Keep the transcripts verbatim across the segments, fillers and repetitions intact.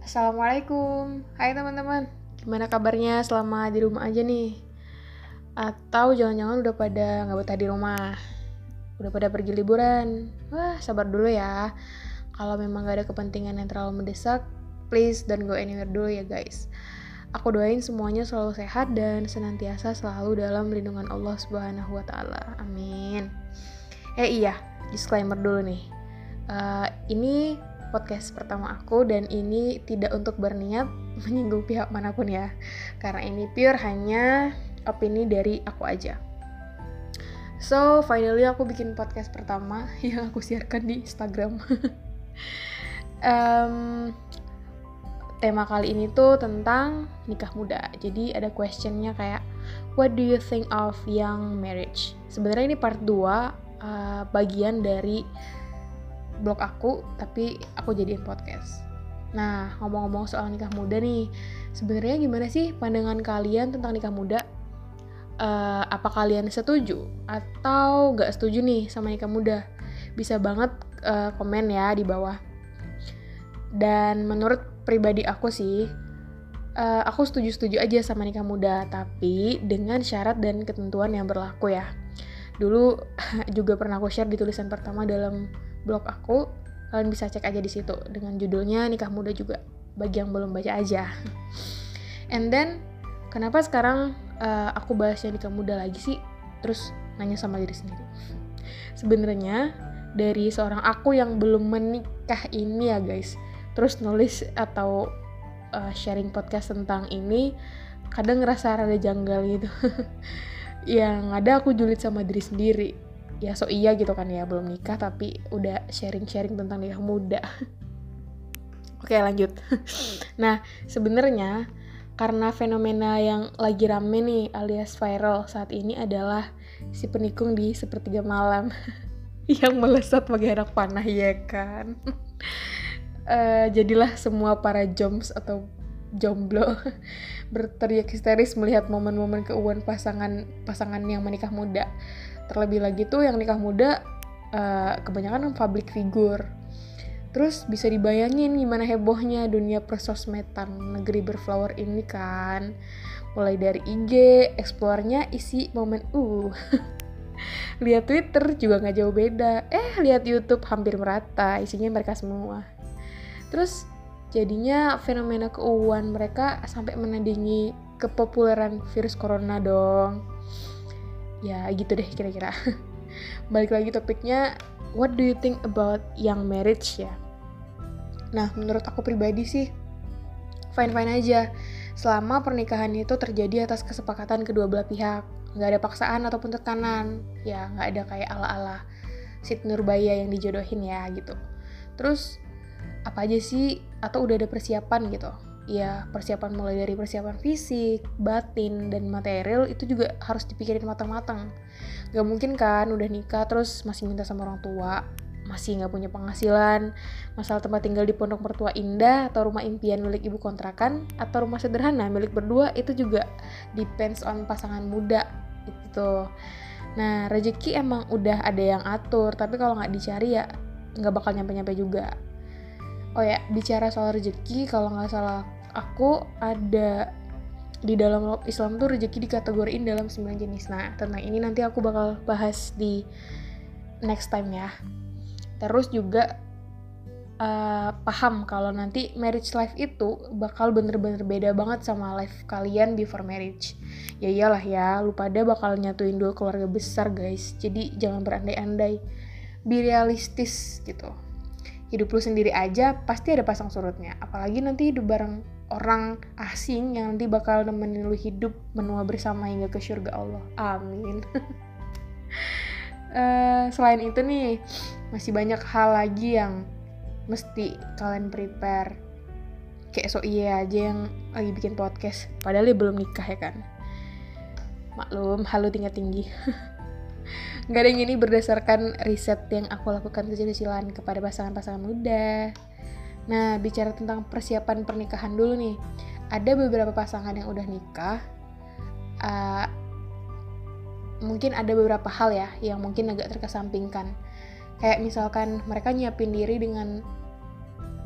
Assalamualaikum, hai teman-teman. Gimana kabarnya selama di rumah aja nih? Atau jangan-jangan udah pada nggak betah di rumah? Udah pada pergi liburan? Wah, sabar dulu ya. Kalau memang gak ada kepentingan yang terlalu mendesak, please don't go anywhere dulu ya guys. Aku doain semuanya selalu sehat dan senantiasa selalu dalam lindungan Allah Subhanahu wa Ta'ala. Amin. Eh iya, disclaimer dulu nih. Uh, ini podcast pertama aku dan ini tidak untuk berniat menyinggung pihak manapun ya, karena ini pure hanya opini dari aku aja. So finally aku bikin podcast pertama yang aku siarkan di Instagram. um, tema kali ini tuh tentang nikah muda. Jadi ada questionnya kayak, what do you think of young marriage? Sebenarnya ini part dua, uh, bagian dari blog aku, tapi aku jadiin podcast. Nah, ngomong-ngomong soal nikah muda nih, sebenarnya gimana sih pandangan kalian tentang nikah muda? Uh, apa kalian setuju atau nggak setuju nih sama nikah muda? Bisa banget uh, komen ya di bawah. Dan menurut pribadi aku sih, uh, aku setuju-setuju aja sama nikah muda, tapi dengan syarat dan ketentuan yang berlaku ya. Dulu juga pernah aku share di tulisan pertama dalam blog aku, kalian bisa cek aja di situ dengan judulnya nikah muda juga, bagi yang belum baca aja. And then kenapa sekarang uh, aku bahasnya nikah muda lagi sih? Terus nanya sama diri sendiri. Sebenarnya dari seorang aku yang belum menikah ini ya guys, terus nulis atau uh, sharing podcast tentang ini, kadang ngerasa rada janggal gitu. Yang ada aku julid sama diri sendiri. Ya so iya gitu kan ya, belum nikah tapi udah sharing-sharing tentang nikah muda. Oke lanjut. Nah sebenarnya karena fenomena yang lagi rame nih alias viral saat ini adalah si penikung di sepertiga malam yang melesat bagai anak panah ya kan. uh, Jadilah semua para joms atau jomblo berteriak histeris melihat momen-momen keuangan pasangan pasangan yang menikah muda. Terlebih lagi tuh yang nikah muda uh, kebanyakan public figure. Terus bisa dibayangin gimana hebohnya dunia persosmedan negeri berflower ini kan. Mulai dari I G, explore-nya isi momen uh. Lihat Twitter juga gak jauh beda. Eh, lihat YouTube hampir merata, isinya mereka semua. Terus jadinya fenomena keuangan mereka sampai menandingi kepopuleran virus corona dong. Ya gitu deh kira-kira. Balik lagi topiknya, what do you think about young marriage ya? Nah menurut aku pribadi sih fine-fine aja selama pernikahan itu terjadi atas kesepakatan kedua belah pihak, gak ada paksaan ataupun tekanan. Ya gak ada kayak ala-ala Siti Nurbaya yang dijodohin ya gitu. Terus apa aja sih, atau udah ada persiapan gitu. Ya persiapan mulai dari persiapan fisik, batin, dan material itu juga harus dipikirin matang-matang. Gak mungkin kan udah nikah terus masih minta sama orang tua, masih gak punya penghasilan, masalah tempat tinggal di pondok mertua indah, atau rumah impian milik ibu kontrakan, atau rumah sederhana milik berdua, itu juga depends on pasangan muda gitu. Nah rezeki emang udah ada yang atur, tapi kalau gak dicari ya gak bakal nyampe-nyampe juga. Oh ya, bicara soal rezeki, kalau nggak salah aku ada di dalam Islam tuh rezeki dikategoriin dalam sembilan jenis. Nah, tentang ini nanti aku bakal bahas di next time ya. Terus juga uh, paham kalau nanti marriage life itu bakal bener-bener beda banget sama life kalian before marriage. Ya iyalah ya, lu pada bakal nyatuin dua keluarga besar guys. Jadi jangan berandai-andai, be realistis gitu. Hidup lu sendiri aja pasti ada pasang surutnya, apalagi nanti hidup bareng orang asing yang nanti bakal nemenin lu hidup menua bersama hingga ke surga Allah. Amin. uh, Selain itu nih masih banyak hal lagi yang mesti kalian prepare. Kayak so iya aja yang lagi bikin podcast padahal dia belum nikah ya kan. Maklum, halu tingkat tinggi. Gak ada yang ini berdasarkan riset yang aku lakukan kecil-kecilan kepada pasangan-pasangan muda. Nah, bicara tentang persiapan pernikahan dulu nih. Ada beberapa pasangan yang udah nikah. Uh, mungkin ada beberapa hal ya yang mungkin agak terkesampingkan. Kayak misalkan mereka nyiapin diri dengan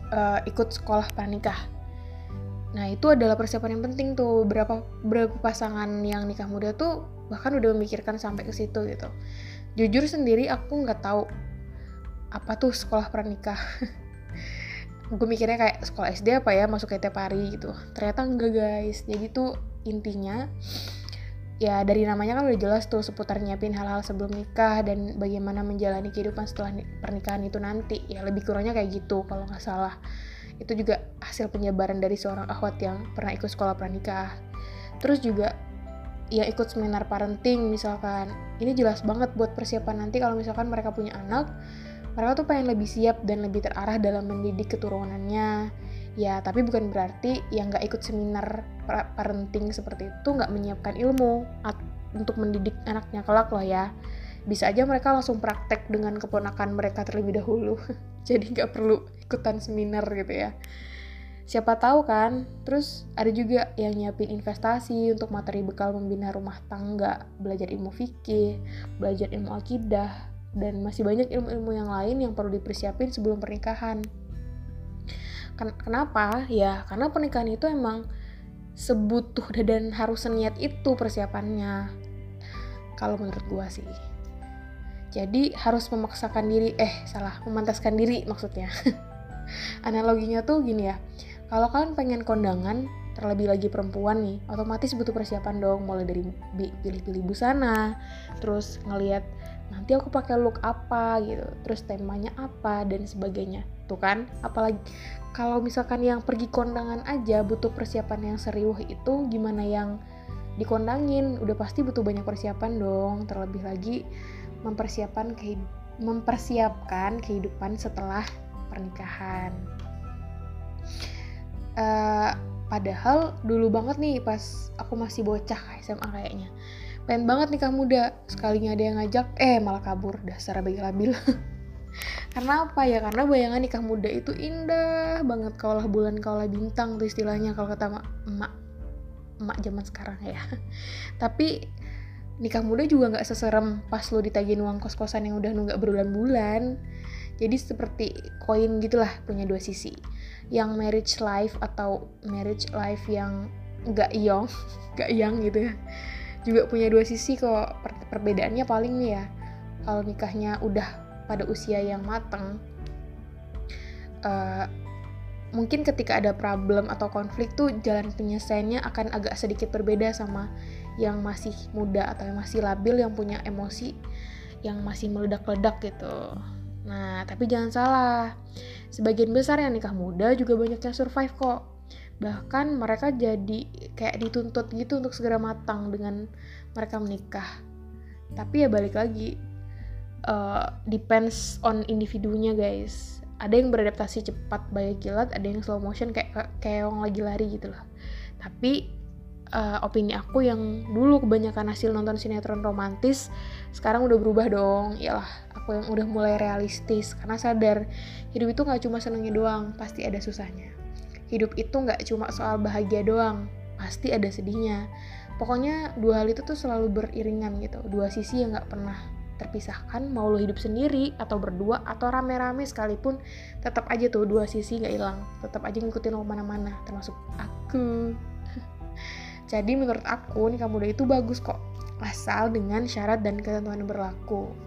uh, ikut sekolah pranikah. Nah itu adalah persiapan yang penting tuh. Berapa berapa pasangan yang nikah muda tuh bahkan udah memikirkan sampai ke situ gitu. Jujur sendiri aku nggak tahu apa tuh sekolah pranikah. Gue mikirnya kayak sekolah S D apa ya, masuk kayak tiap hari gitu. Ternyata enggak guys. Jadi tuh intinya ya dari namanya kan udah jelas tuh seputar nyiapin hal-hal sebelum nikah dan bagaimana menjalani kehidupan setelah pernikahan itu nanti. Ya lebih kurangnya kayak gitu kalau nggak salah. Itu juga hasil penyebaran dari seorang akhwat yang pernah ikut sekolah pranikah. Terus juga ya ikut seminar parenting misalkan. Ini jelas banget buat persiapan nanti kalau misalkan mereka punya anak, mereka tuh pengen lebih siap dan lebih terarah dalam mendidik keturunannya. Ya tapi bukan berarti yang gak ikut seminar parenting seperti itu gak menyiapkan ilmu at- untuk mendidik anaknya kelak loh ya. Bisa aja mereka langsung praktek dengan keponakan mereka terlebih dahulu. Jadi gak perlu ikutan seminar gitu ya. Siapa tahu kan. Terus ada juga yang nyiapin investasi untuk materi bekal membina rumah tangga, belajar ilmu fikih, belajar ilmu akidah, dan masih banyak ilmu-ilmu yang lain yang perlu dipersiapin sebelum pernikahan. Ken- kenapa? Ya karena pernikahan itu emang sebutuh dan harus seniat itu persiapannya. Kalau menurut gua sih. Jadi harus memaksakan diri, eh salah, memantaskan diri maksudnya. Analoginya tuh gini ya, kalau kalian pengen kondangan, terlebih lagi perempuan nih, otomatis butuh persiapan dong, mulai dari pilih-pilih busana, terus ngelihat nanti aku pakai look apa gitu, terus temanya apa dan sebagainya. Tuh kan, apalagi kalau misalkan yang pergi kondangan aja butuh persiapan yang serius itu, gimana yang dikondangin? Udah pasti butuh banyak persiapan dong, terlebih lagi mempersiapkan kehid- mempersiapkan kehidupan setelah pernikahan. Uh, padahal dulu banget nih pas aku masih bocah S M A kayaknya, pengen banget nikah muda, sekalinya ada yang ngajak eh malah kabur, dasar abai-labil. Karena apa ya? Karena bayangan nikah muda itu indah banget, kaulah bulan kaulah bintang tuh istilahnya kalau kata emak emak zaman sekarang ya. Tapi nikah muda juga nggak seserem pas lo ditagih uang kos-kosan yang udah nunggak berbulan-bulan. Jadi seperti koin gitulah, punya dua sisi. Yang marriage life atau marriage life yang nggak young, nggak young gitu ya, juga punya dua sisi kok. Per- perbedaannya paling nih ya, kalau nikahnya udah pada usia yang matang, uh, mungkin ketika ada problem atau konflik tuh jalan penyelesaiannya akan agak sedikit berbeda sama yang masih muda atau yang masih labil, yang punya emosi yang masih meledak-ledak gitu. Nah, tapi jangan salah, sebagian besar yang nikah muda juga banyak yang survive kok. Bahkan mereka jadi kayak dituntut gitu untuk segera matang dengan mereka menikah. Tapi ya balik lagi, uh, depends on individunya guys. Ada yang beradaptasi cepat bagaikan kilat, ada yang slow motion kayak keong lagi lari gitu loh. Tapi uh, opini aku yang dulu kebanyakan hasil nonton sinetron romantis, sekarang udah berubah dong. Iyalah, aku yang udah mulai realistis karena sadar hidup itu nggak cuma senengnya doang, pasti ada susahnya. Hidup itu nggak cuma soal bahagia doang, pasti ada sedihnya. Pokoknya dua hal itu tuh selalu beriringan gitu, dua sisi yang nggak pernah terpisahkan. Mau lo hidup sendiri atau berdua atau rame-rame sekalipun, tetap aja tuh dua sisi nggak hilang, tetap aja ngikutin lo kemana-mana, termasuk aku. Jadi menurut aku nikah muda itu bagus kok, asal dengan syarat dan ketentuan yang berlaku.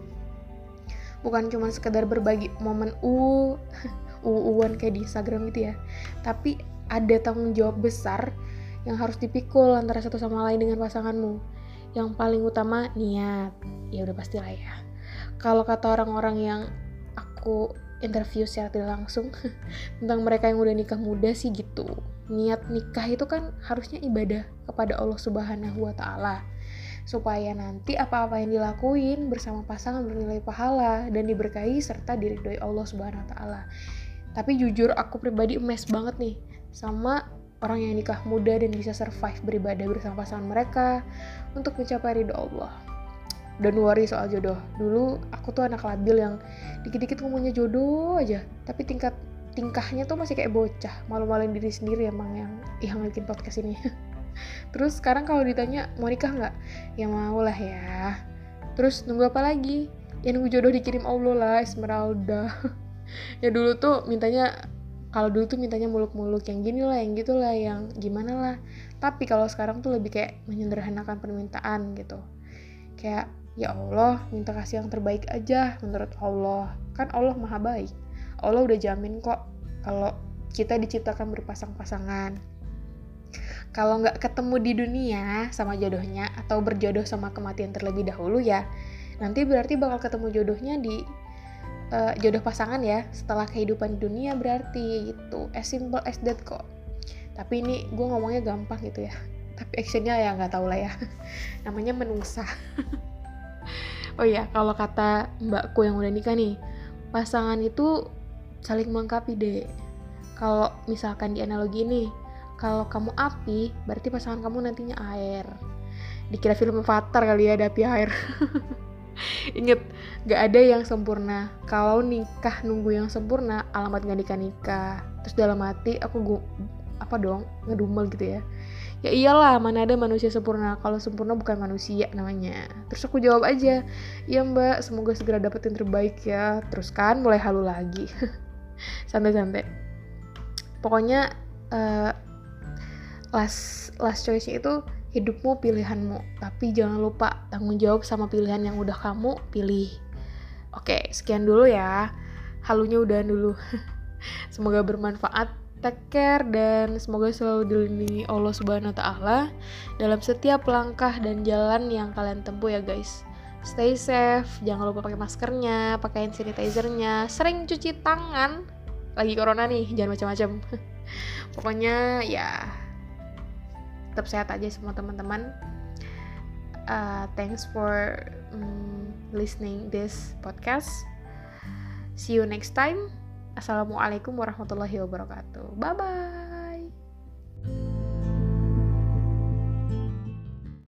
Bukan cuma sekedar berbagi momen u u-uan kayak di Instagram gitu ya, tapi ada tanggung jawab besar yang harus dipikul antara satu sama lain dengan pasanganmu. Yang paling utama niat, ya udah pastilah ya. Kalau kata orang-orang yang aku interview secara tidak langsung tentang mereka yang udah nikah muda sih gitu, niat nikah itu kan harusnya ibadah kepada Allah Subhanahu wa Ta'ala, supaya nanti apa-apa yang dilakuin bersama pasangan bernilai pahala dan diberkahi serta diridhoi Allah Subhanahu wa Ta'ala. Tapi jujur aku pribadi emes banget nih sama orang yang nikah muda dan bisa survive beribadah bersama pasangan mereka untuk mencapai ridho Allah. Don't worry soal jodoh. Dulu aku tuh anak labil yang dikit-dikit ngomongnya jodoh aja, tapi tingkat tingkahnya tuh masih kayak bocah, malu-maluin diri sendiri emang yang yang bikin podcast ini. Terus sekarang kalau ditanya mau nikah nggak, ya mau lah ya. Terus nunggu apa lagi? Ya nunggu jodoh dikirim Allah lah, Esmeralda. Ya dulu tuh mintanya Kalau dulu tuh mintanya muluk-muluk, yang gini lah, yang gitu lah, yang gimana lah. Tapi kalau sekarang tuh lebih kayak menyederhanakan permintaan gitu. Kayak, ya Allah, minta kasih yang terbaik aja menurut Allah. Kan Allah maha baik. Allah udah jamin kok kalau kita diciptakan berpasang-pasangan. Kalau nggak ketemu di dunia sama jodohnya, atau berjodoh sama kematian terlebih dahulu ya, nanti berarti bakal ketemu jodohnya di uh, jodoh pasangan ya, setelah kehidupan di dunia berarti gitu. As simple as that kok. Tapi ini gue ngomongnya gampang gitu ya. Tapi actionnya ya nggak tahu lah ya. Namanya menungsa. Oh iya, kalau kata mbakku yang udah nikah nih, pasangan itu saling melengkapi deh. Kalau misalkan di analogi ini, kalau kamu api, berarti pasangan kamu nantinya air. Dikira film Avatar kali ya, ada api air. Ingat, gak ada yang sempurna. Kalau nikah nunggu yang sempurna, alamat gak nikah-nikah. Terus dalam hati aku gu- apa dong, ngedumel gitu ya. Ya iyalah, mana ada manusia sempurna. Kalau sempurna bukan manusia namanya. Terus aku jawab aja, iya mbak, semoga segera dapetin terbaik ya. Terus kan mulai halu lagi. Santai-santai. Pokoknya uh, last last choice-nya itu hidupmu pilihanmu, tapi jangan lupa tanggung jawab sama pilihan yang udah kamu pilih. Oke, sekian dulu ya, halunya udah dulu. Semoga bermanfaat, take care, dan semoga selalu dilindungi Allah Subhanahu wa Ta'ala dalam setiap langkah dan jalan yang kalian tempuh ya guys. Stay safe, jangan lupa pakai maskernya, pakai hand sanitizer-nya, sering cuci tangan. Lagi corona nih, jangan macam-macam. Pokoknya ya tetap sehat aja semua teman-teman. Uh, thanks for um, listening this podcast. See you next time. Assalamualaikum warahmatullahi wabarakatuh. Bye bye.